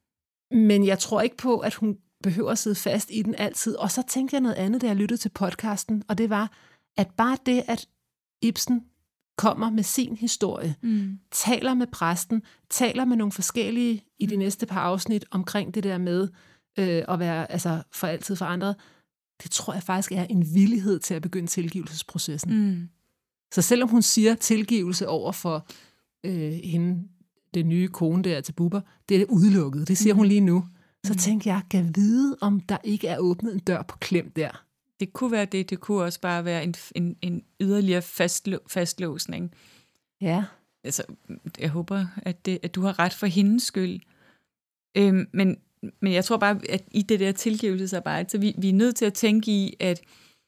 Men jeg tror ikke på, at hun behøver at sidde fast i den altid. Og så tænkte jeg noget andet, da jeg lyttede til podcasten, og det var, at bare det, at Ibsen kommer med sin historie, mm. taler med præsten, taler med nogle forskellige i de næste par afsnit omkring det der med øh, at være altså, for altid forandret, det tror jeg faktisk er en villighed til at begynde tilgivelsesprocessen. Mm. Så selvom hun siger tilgivelse over for øh, hende, det nye kone der til Bubber, det er udelukket, det siger mm. hun lige nu. Så mm. tænkte jeg, kan vide, om der ikke er åbnet en dør på klem der. Det kunne være det, det kunne også bare være en, en, en yderligere fastlå, fastlåsning. Ja. Altså, jeg håber, at, det, at du har ret for hendes skyld. Øhm, men, men jeg tror bare, at i det der tilgivelsesarbejde, så vi, vi er nødt til at tænke i, at,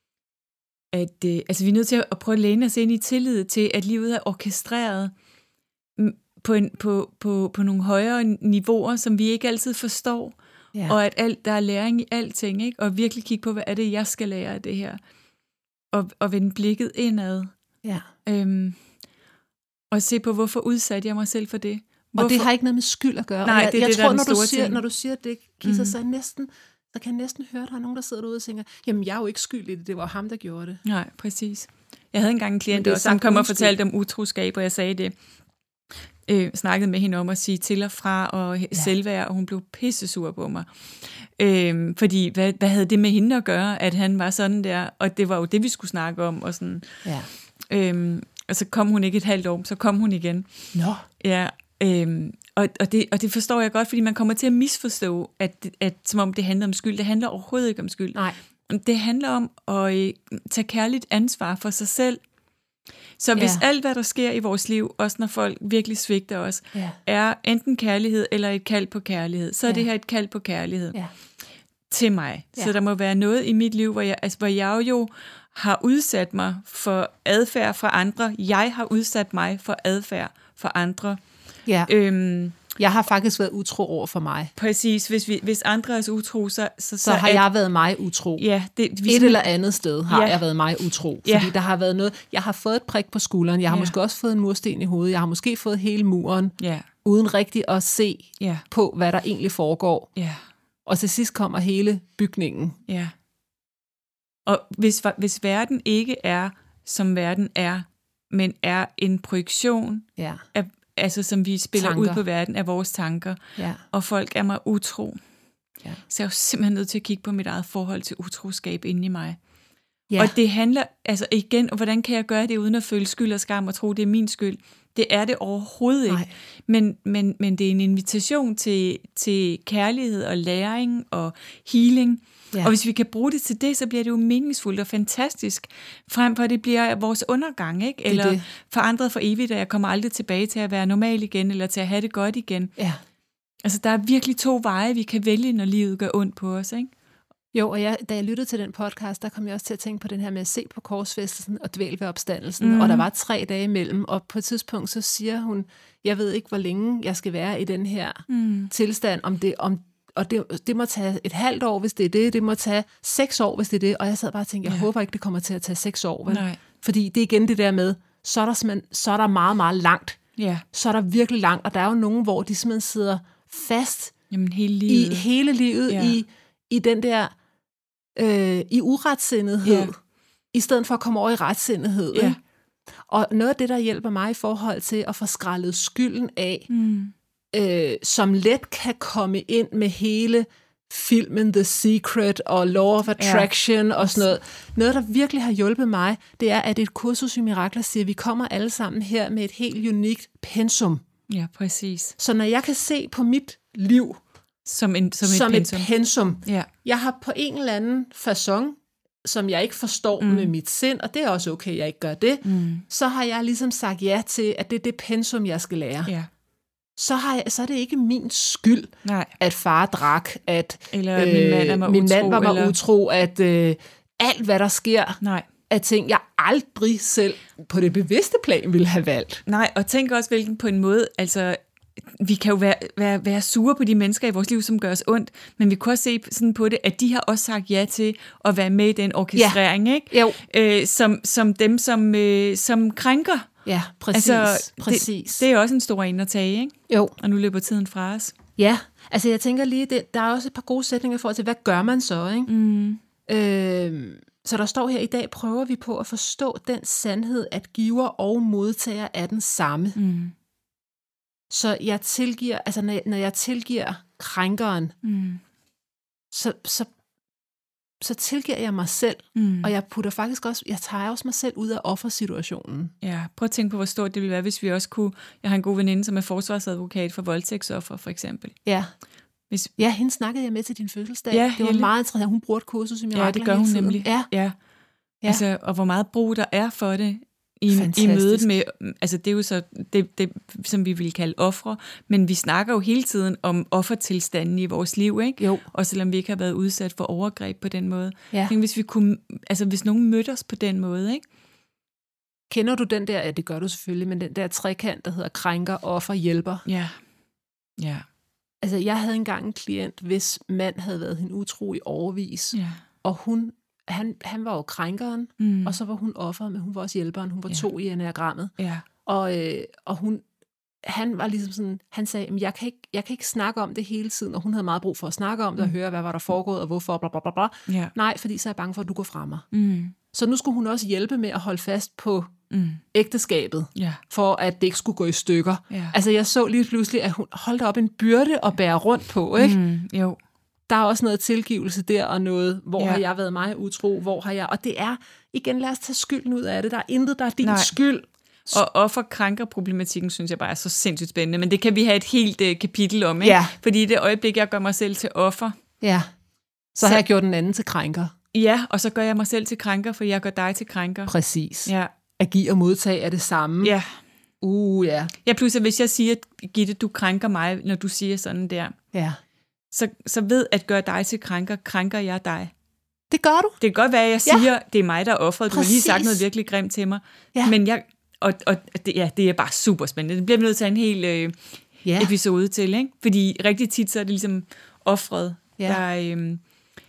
at øh, altså, vi er nødt til at prøve at læne os ind i tillid til, at livet er orkestreret på, en, på, på, på nogle højere niveauer, som vi ikke altid forstår. Ja. Og at alt, der er læring i alting, ikke? Og virkelig kigge på, hvad er det, jeg skal lære af det her. Og, og vende blikket indad. Ja. Øhm, og se på, hvorfor udsatte jeg mig selv for det. Hvorfor? Og det har ikke noget med skyld at gøre. Nej, jeg, det er jeg det, tror, der er den når store du siger, ting. Når du siger det, Kisser, mm. så, næsten, så kan jeg næsten høre, at der er nogen, der sidder derude og tænker, jamen, jeg er jo ikke skyld i det, det var ham, der gjorde det. Nej, præcis. Jeg havde engang en klient, der som kom og fortalte om utroskab, og jeg sagde det. Øh, snakkede med hende om at sige til og fra og ja. selvværd, og hun blev pissesur på mig. Øh, fordi, hvad, hvad havde det med hende at gøre, at han var sådan der, og det var jo det, vi skulle snakke om, og sådan. Ja. Øh, og så kom hun ikke et halvt år, så kom hun igen. Nå. Ja, øh, og, og, det, og det forstår jeg godt, fordi man kommer til at misforstå, at, at som om det handler om skyld. Det handler overhovedet ikke om skyld. Nej. Det handler om at øh, tage kærligt ansvar for sig selv. Så hvis ja. alt, hvad der sker i vores liv, også når folk virkelig svigter os, ja. er enten kærlighed eller et kald på kærlighed, så er ja. det her et kald på kærlighed ja. til mig. Ja. Så der må være noget i mit liv, hvor jeg, altså, hvor jeg jo har udsat mig for adfærd fra andre. Jeg har udsat mig for adfærd fra andre. Ja. Øhm, jeg har faktisk været utro over for mig. Præcis. Hvis, vi, hvis andre er utro, så... Så, så, så har at, jeg været mig utro. Ja, det, vi, et eller andet sted har ja. jeg været mig utro. Ja. Fordi der har været noget... Jeg har fået et prik på skulderen. Jeg har ja. måske også fået en mursten i hovedet. Jeg har måske fået hele muren. Ja. Uden rigtig at se ja. på, hvad der egentlig foregår. Ja. Og til sidst kommer hele bygningen. Ja. Og hvis, hvis verden ikke er, som verden er, men er en projektion ja. af, altså, som vi spiller tanker. ud på verden, er vores tanker. Ja. Og folk er mig utro. Ja. Så jeg er jo simpelthen nødt til at kigge på mit eget forhold til utroskab inde i mig. Ja. Og det handler, altså igen, hvordan kan jeg gøre det uden at føle skyld og skam og tro, det er min skyld? Det er det overhovedet ikke. Men, men, men det er en invitation til, til kærlighed og læring og healing. Ja. Og hvis vi kan bruge det til det, så bliver det jo meningsfuldt og fantastisk, frem for at det bliver vores undergang, ikke? Eller det det. forandret for evigt, og jeg kommer aldrig tilbage til at være normal igen, eller til at have det godt igen. Ja. Altså, der er virkelig to veje, vi kan vælge, når livet gør ondt på os, ikke? Jo, og jeg, da jeg lyttede til den podcast, der kom jeg også til at tænke på den her med at se på korsfæstelsen og dvæle ved opstandelsen. Mm. Og der var tre dage imellem, og på et tidspunkt så siger hun, jeg ved ikke, hvor længe jeg skal være i den her mm. tilstand, om det, om, og det, det må tage et halvt år, hvis det er det, det må tage seks år, hvis det er det. Og jeg sad bare og tænkte, jeg ja. håber ikke, det kommer til at tage seks år. Vel? Nej. Fordi det er igen det der med, så er der, simpelthen, så er der meget, meget langt. Ja. Så er der virkelig langt, og der er jo nogen, hvor de simpelthen sidder fast Jamen, hele livet. i hele livet, ja. i, i den der Øh, i uretsindighed, yeah. i stedet for at komme over i retsindighed. Yeah. Ikke? Og noget af det, der hjælper mig i forhold til at få skrællet skylden af, mm. øh, som let kan komme ind med hele filmen The Secret og Law of Attraction yeah. og sådan noget. Noget, der virkelig har hjulpet mig, det er, at et kursus i mirakler siger, at vi kommer alle sammen her med et helt unikt pensum. Ja, præcis. Så når jeg kan se på mit liv, Som, en, som, som et et pensum. Et pensum. Ja. Jeg har på en eller anden facon, som jeg ikke forstår mm. med mit sind, og det er også okay, jeg ikke gør det, mm. så har jeg ligesom sagt ja til, at det er det pensum, jeg skal lære. Ja. Så, har jeg, så er det ikke min skyld, Nej. at far drak, at eller øh, min mand, er min utro, mand var mig eller... utro, at øh, alt, hvad der sker, Nej. af ting, jeg aldrig selv på det bevidste plan ville have valgt. Nej, og tænk også, hvilken på en måde, altså... Vi kan jo være, være, være sure på de mennesker i vores liv, som gør os ondt, men vi kan også se sådan på det, at de har også sagt ja til at være med i den orkestrering, ja. ikke? Jo. Øh, som, som dem, som, øh, som krænker. Ja, præcis. Altså, præcis. Det, det er også en stor en at tage, ikke? Jo. Og nu løber tiden fra os. Ja, altså jeg tænker lige, det, der er også et par gode sætninger i forhold til, hvad gør man så, ikke? Mm. Øh, så der står her, i dag prøver vi på at forstå den sandhed, at giver og modtager er den samme. Mm. Så jeg tilgiver, altså når jeg, når jeg tilgiver krænkeren, mm. så, så, så tilgiver jeg mig selv, mm. og jeg putter faktisk også, jeg tager også mig selv ud af offersituationen. Ja, prøv at tænke på, hvor stort det ville være, hvis vi også kunne, jeg har en god veninde, som er forsvarsadvokat for voldtægtsoffer, for eksempel. Ja. Hvis, ja, hende snakkede jeg med til din fødselsdag. Ja, det var hele. meget interessant. Hun bruger et kursus i mirakler. Ja, det gør hun nemlig. Ja. Ja. Ja. Altså, og hvor meget brug der er for det. I, I mødet med, altså det er jo så det, det, som vi vil kalde ofre, men vi snakker jo hele tiden om offertilstanden i vores liv, ikke? Jo. Og selvom vi ikke har været udsat for overgreb på den måde. Ja. Men hvis vi kunne, altså hvis nogen mødte os på den måde, ikke? Kender du den der, ja det gør du selvfølgelig, men den der trekant, der hedder krænker, offer, hjælper? Ja. Ja. Altså jeg havde engang en klient, hvis mand havde været hende utro i årevis, ja. og hun Han, han var jo krænkeren, mm. og så var hun offeret, men hun var også hjælperen. Hun var ja. to i enagrammet. Ja. Og, øh, og hun, han var ligesom sådan, han sagde, jeg kan, ikke, jeg kan ikke snakke om det hele tiden, og hun havde meget brug for at snakke om det, mm. og høre, hvad var der foregået, og hvorfor, bla bla bla bla. Ja. Nej, fordi så er jeg bange for, at du går fra mig. Mm. Så nu skulle hun også hjælpe med at holde fast på mm. ægteskabet, ja. for at det ikke skulle gå i stykker. Ja. Altså jeg så lige pludselig, at hun holdt op en byrde at bære rundt på, ikke? Mm. Jo. Der er også noget tilgivelse der, og noget, hvor ja. har jeg været mig utro, hvor har jeg... Og det er, igen, lad os tage skylden ud af det. Der er intet, der er din Nej. skyld. Og offer-krænker-problematikken, synes jeg bare er så sindssygt spændende. Men det kan vi have et helt uh, kapitel om, ikke? Ja. Fordi i det øjeblik, jeg gør mig selv til offer... Ja, så, så har jeg gjort den anden til krænker. Ja, og så gør jeg mig selv til krænker, for jeg gør dig til krænker. Præcis. Ja. At give og modtage er det samme. Ja. Uh, ja. Ja, pludselig, hvis jeg siger, Gitte, du krænker mig, når du siger sådan der... Ja. Så, så ved at gøre dig til krænker, krænker jeg dig. Det gør du. Det kan godt være, at jeg siger, ja. det er mig, der er offeret. Du har lige sagt noget virkelig grimt til mig. Ja. Men jeg, og, og det, ja, det er bare super spændende. Det bliver vi nødt til en hel øh, ja. episode til, ikke? Fordi rigtig tit, så er det ligesom offeret, ja. der... Øh,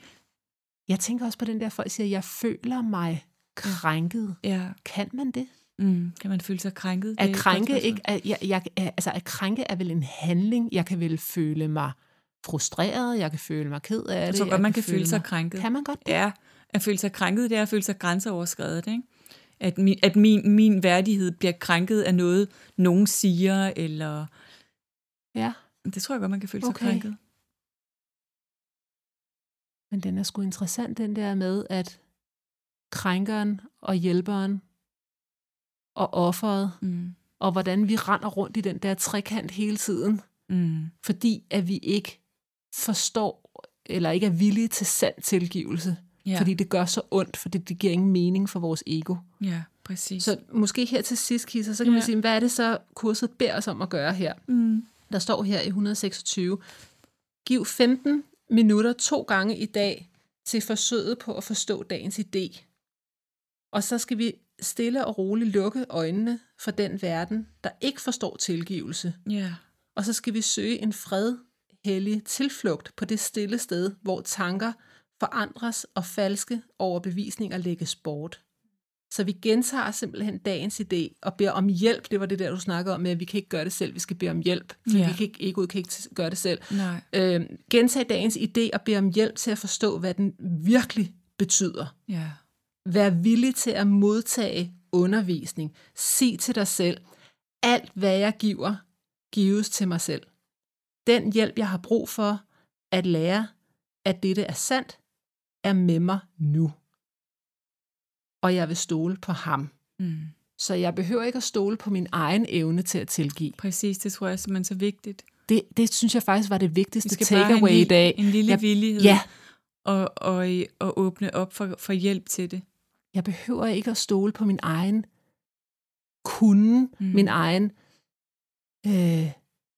jeg tænker også på den der, folk siger, jeg føler mig krænket. Ja. Kan man det? Mm, kan man føle sig krænket? At krænke, ikke, at, jeg, jeg, altså, at krænke er vel en handling. Jeg kan vel føle mig frustreret, jeg kan føle mig ked af det. Jeg tror godt, man kan, kan føle sig mig... krænket. Kan man godt det? Ja, at føle sig krænket, det er at føle sig grænseoverskredet, ikke? At, min, at min, min værdighed bliver krænket af noget, nogen siger, eller... Ja. Det tror jeg godt, man kan føle sig Okay. krænket. Men den er sgu interessant, den der med, at krænkeren og hjælperen og offeret, Mm. og hvordan vi render rundt i den der trekant hele tiden, Mm. fordi at vi ikke forstår, eller ikke er villige til sand tilgivelse. Ja. Fordi det gør så ondt, fordi det giver ingen mening for vores ego. Ja, præcis. Så måske her til sidst, Kisser, så kan ja. man sige, hvad er det så, kurset beder os om at gøre her? Mm. Der står her i et hundrede og seksogtyve, giv femten minutter to gange i dag til forsøget på at forstå dagens idé. Og så skal vi stille og roligt lukke øjnene for den verden, der ikke forstår tilgivelse. Ja. Og så skal vi søge en fred, hellig tilflugt på det stille sted, hvor tanker forandres og falske overbevisninger lægges bort. Så vi gentager simpelthen dagens idé og beder om hjælp. Det var det der, du snakkede om med, at vi kan ikke gøre det selv. Vi skal bede om hjælp, for Ja. vi kan ikke, egoet kan ikke gøre det selv. Nej. Øh, gentag dagens idé og bede om hjælp til at forstå, hvad den virkelig betyder. Ja. Vær villig til at modtage undervisning. Sig til dig selv, alt hvad jeg giver, gives til mig selv. Den hjælp, jeg har brug for at lære, at dette er sandt, er med mig nu. Og jeg vil stole på ham. Mm. Så jeg behøver ikke at stole på min egen evne til at tilgive. Præcis, det tror jeg er simpelthen så vigtigt. Det, det synes jeg faktisk var det vigtigste Vi skal bare have takeaway en, i dag. en lille jeg, villighed ja, og, og, og åbne op for, for hjælp til det. jeg behøver ikke at stole på min egen kunde, mm. min egen øh,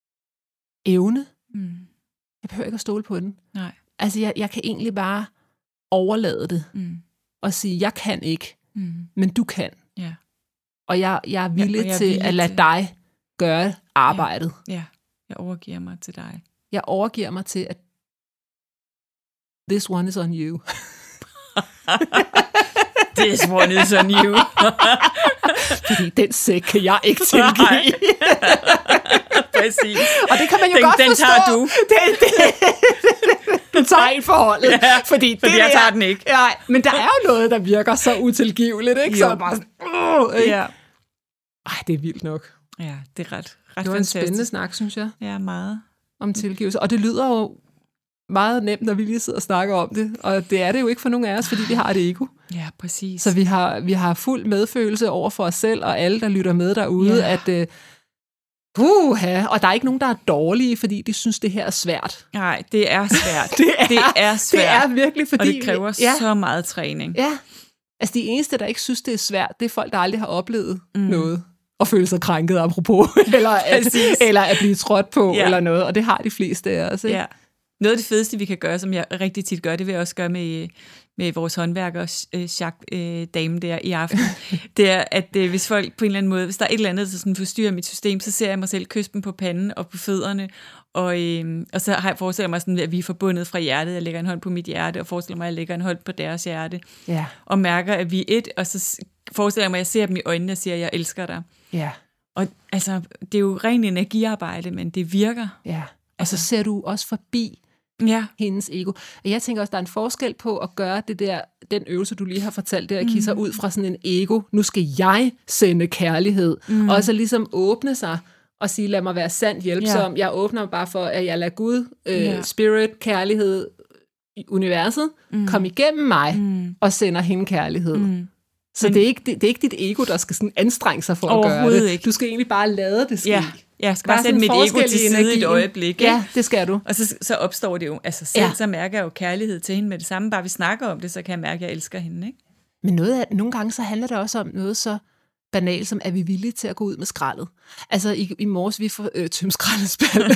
evne. Mm. Jeg behøver ikke at stole på den. Nej. Altså, jeg, jeg kan egentlig bare overlade det Mm. og sige, jeg kan ikke, Mm. men du kan. Ja. Og jeg, jeg er villig Ja, og jeg er til villig at lade til- dig gøre arbejdet. Ja, jeg overgiver mig til dig. Jeg overgiver mig til, at this one is on you. This one is on you. Fordi den sæk kan jeg ikke tilgive. Præcis. Og det kan man jo Den- godt den forstå. tager du. Det, det, den tager en forholdet. Ja, fordi fordi det jeg der, tager den ikke. Nej, men der er jo noget, der virker så utilgiveligt, ikke? Så Jo. er det bare sådan, uh, ikke? Ja. Ej, det er vildt nok. Ja, det er ret, ret Det var en fantastisk. spændende snak, synes jeg, Ja, meget. om tilgivelse. Og det lyder jo meget nemt, når vi lige sidder og snakker om det. Og det er det jo ikke for nogen af os, fordi vi har et ego. Ja, præcis. Så vi har, vi har fuld medfølelse over for os selv, og alle, der lytter med derude, Ja. at uh, Uha, og der er ikke nogen, der er dårlige, fordi de synes, det her er svært. Nej, det er svært. Det er, det er svært. Det er virkelig, fordi... og det kræver ja, så meget træning. ja. Altså, de eneste, der ikke synes, det er svært, det er folk, der aldrig har oplevet mm. noget. Og føle sig krænket, apropos. eller, at, eller at blive trådt på, ja. eller noget. Og det har de fleste af os, ikke? Ja. Noget af det fedeste, vi kan gøre, som jeg rigtig tit gør, det vil jeg også gøre med, med vores håndværker, øh, Jacques, øh, dame der i aften, det er, at øh, hvis folk på en eller anden måde, hvis der er et eller andet, der sådan forstyrrer mit system, så ser jeg mig selv kysse dem på panden og på fødderne, og, øh, og så har jeg forestiller mig sådan, at vi er forbundet fra hjertet. Jeg lægger en hånd på mit hjerte, og forestiller mig, at jeg lægger en hånd på deres hjerte, ja. og mærker, at vi er et, og så forestiller jeg mig, at jeg ser dem i øjnene og siger, at jeg elsker dig. Ja. Og altså, det er jo ren energiarbejde, men det virker. Ja. Og så ser du også forbi ja. hendes ego. Og jeg tænker også, der er en forskel på at gøre det der, den øvelse, du lige har fortalt der, Kisser, mm. ud fra sådan en ego. Nu skal jeg sende kærlighed. Mm. Og så ligesom åbne sig og sige, lad mig være sandt hjælpsom. Ja. Jeg åbner mig bare for, at jeg lader Gud, øh, ja. spirit, kærlighed, universet, mm. komme igennem mig mm. og sender hende kærlighed. Mm. Så Men, det, er ikke, det, det er ikke dit ego, der skal sådan anstrenge sig for at gøre det. Ikke. Du skal egentlig bare lade det ske. Ja, jeg skal bare, bare sætte mit ego til side et øjeblik. Ikke? Ja, det skal du. Og så, så opstår det jo altså selv, ja. Så mærker jeg jo kærlighed til hende med det samme. Bare vi snakker om det, så kan jeg mærke, at jeg elsker hende. Ikke? Men noget af, nogle gange så handler det også om noget så banalt, som er vi villige til at gå ud med skraldet. Altså i, i morges, vi får øh, tømt skraldespanden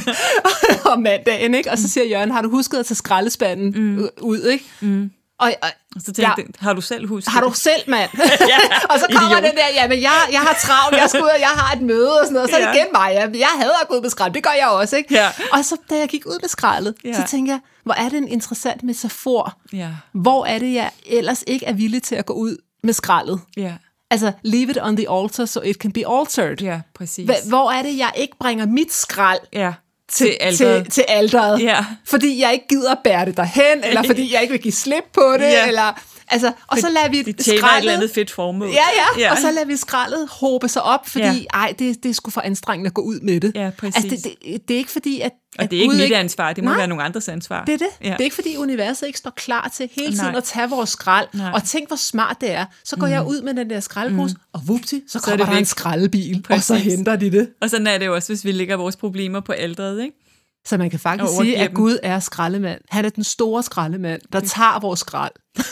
om mandagen, ikke? Og så siger Jørgen, har du husket at tage skraldespanden mm. ud, ikke? Mm. Og, og, og så tænkte jeg, har du selv husket? Har du selv, mand? ja, og så kommer idiot. Den der, jamen jeg, jeg har travlt, jeg skal ud, og jeg har et møde og sådan noget, og så er det igen mig. Jeg, jeg hader at gå ud med skrald, det gør jeg også, ikke? Ja. Og så da jeg gik ud med skraldet, ja. Så tænkte jeg, hvor er det en interessant metafor. Ja. Hvor er det, jeg ellers ikke er villig til at gå ud med skraldet? Ja. Altså, leave it on the altar, so it can be altered. Ja, præcis. Hvor er det, jeg ikke bringer mit skrald ja. til, til, alteret. til, til alteret? Ja. Fordi jeg ikke gider at bære det derhen, eller fordi jeg ikke vil give slip på det, ja. Eller Altså, og så lader vi de tjener skraldet, et eller andet fedt formål. Ja, ja, ja, og så lader vi skraldet håbe sig op, fordi ja. ej, det, det er sgu for anstrengende at gå ud med det. Ja, præcis. Altså, det, det, det er ikke fordi, at Og det er ikke mit ansvar, det må Nej, være nogle andres ansvar. Det er det. Ja. Det er ikke fordi, universet ikke står klar til hele tiden Nej. At tage vores skrald. Nej. Og tænk, hvor smart det er. Så går mm. jeg ud med den der skraldepose, mm. og vupti, så, så kommer der en skraldebil, Præcis. Og så henter de det. Og sådan er det jo også, hvis vi lægger vores problemer på alteret, ikke? Så man kan faktisk sige, at Gud er skraldemand. Han er den store skraldemand, der tager vores skrald.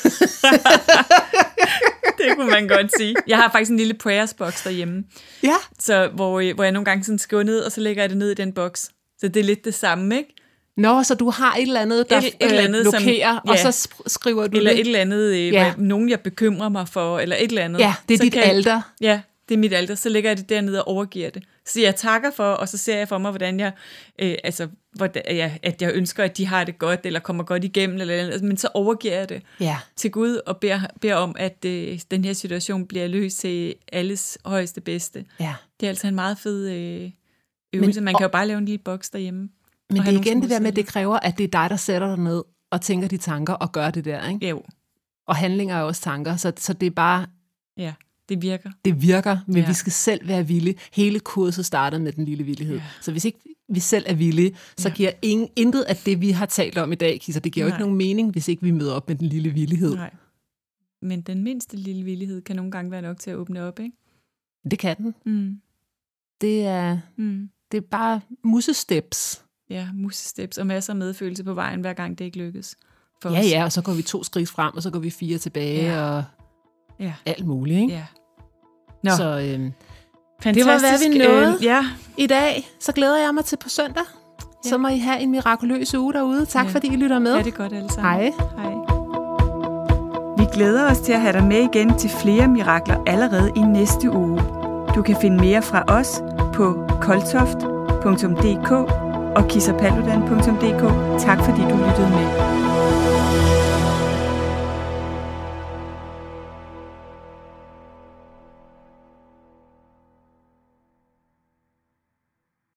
Det kunne man godt sige. Jeg har faktisk en lille prayers box derhjemme. Ja. Så, hvor, hvor jeg nogle gange sådan skriver ned, og så lægger jeg det ned i den boks. Så det er lidt det samme, ikke? Nå, så du har et eller andet, der et, et eller andet, øh, blokerer, som, ja, og så skriver du eller det? Eller et eller andet, øh, ja. Nogen jeg bekymrer mig for, eller et eller andet. Ja, det er så dit alter. Jeg, ja, det er mit alter. Så lægger jeg det dernede og overgiver det. Så jeg takker for, og så ser jeg for mig, hvordan jeg, øh, altså, hvordan, ja, at jeg ønsker, at de har det godt, eller kommer godt igennem, eller, eller, men så overgiver jeg det ja. Til Gud, og beder, beder om, at øh, den her situation bliver løst til alles højeste bedste. Ja. Det er altså en meget fed øh, øvelse. Men, Man kan og, jo bare lave en lille boks derhjemme. Men det er igen det der med, at det kræver, at det er dig, der sætter dig ned og tænker de tanker og gør det der, ikke? Jo. Og handlinger er også tanker, så, så det er bare... Ja, det virker. Det virker, men ja. Vi skal selv være villige. Hele kurset starter med den lille villighed. Ja. Så hvis ikke vi selv er villige, så ja. Giver ingen, intet af det, vi har talt om i dag, Kisser, det giver Nej. Jo ikke nogen mening, hvis ikke vi møder op med den lille villighed. Nej. Men den mindste lille villighed kan nogle gange være nok til at åbne op, ikke? Det kan den. Mm. Det er, mm. det er bare musesteps. Ja, musesteps og masser af medfølelse på vejen, hver gang det ikke lykkes for Ja, os. ja, og så går vi to skridt frem, og så går vi fire tilbage, ja. Og ja. Alt muligt, ikke? Ja. Nå. Så øhm, det var, hvad vi nåede øh, ja. I dag. Så glæder jeg mig til på søndag. Ja. Så må I have en mirakuløs uge derude. Tak, ja. Fordi I lytter med. Ja, det er godt alle sammen. Hej. Hej. Vi glæder os til at have dig med igen til flere mirakler allerede i næste uge. Du kan finde mere fra os på koltoft punktum d k og kissapaludan punktum d k. Tak fordi du lyttede med.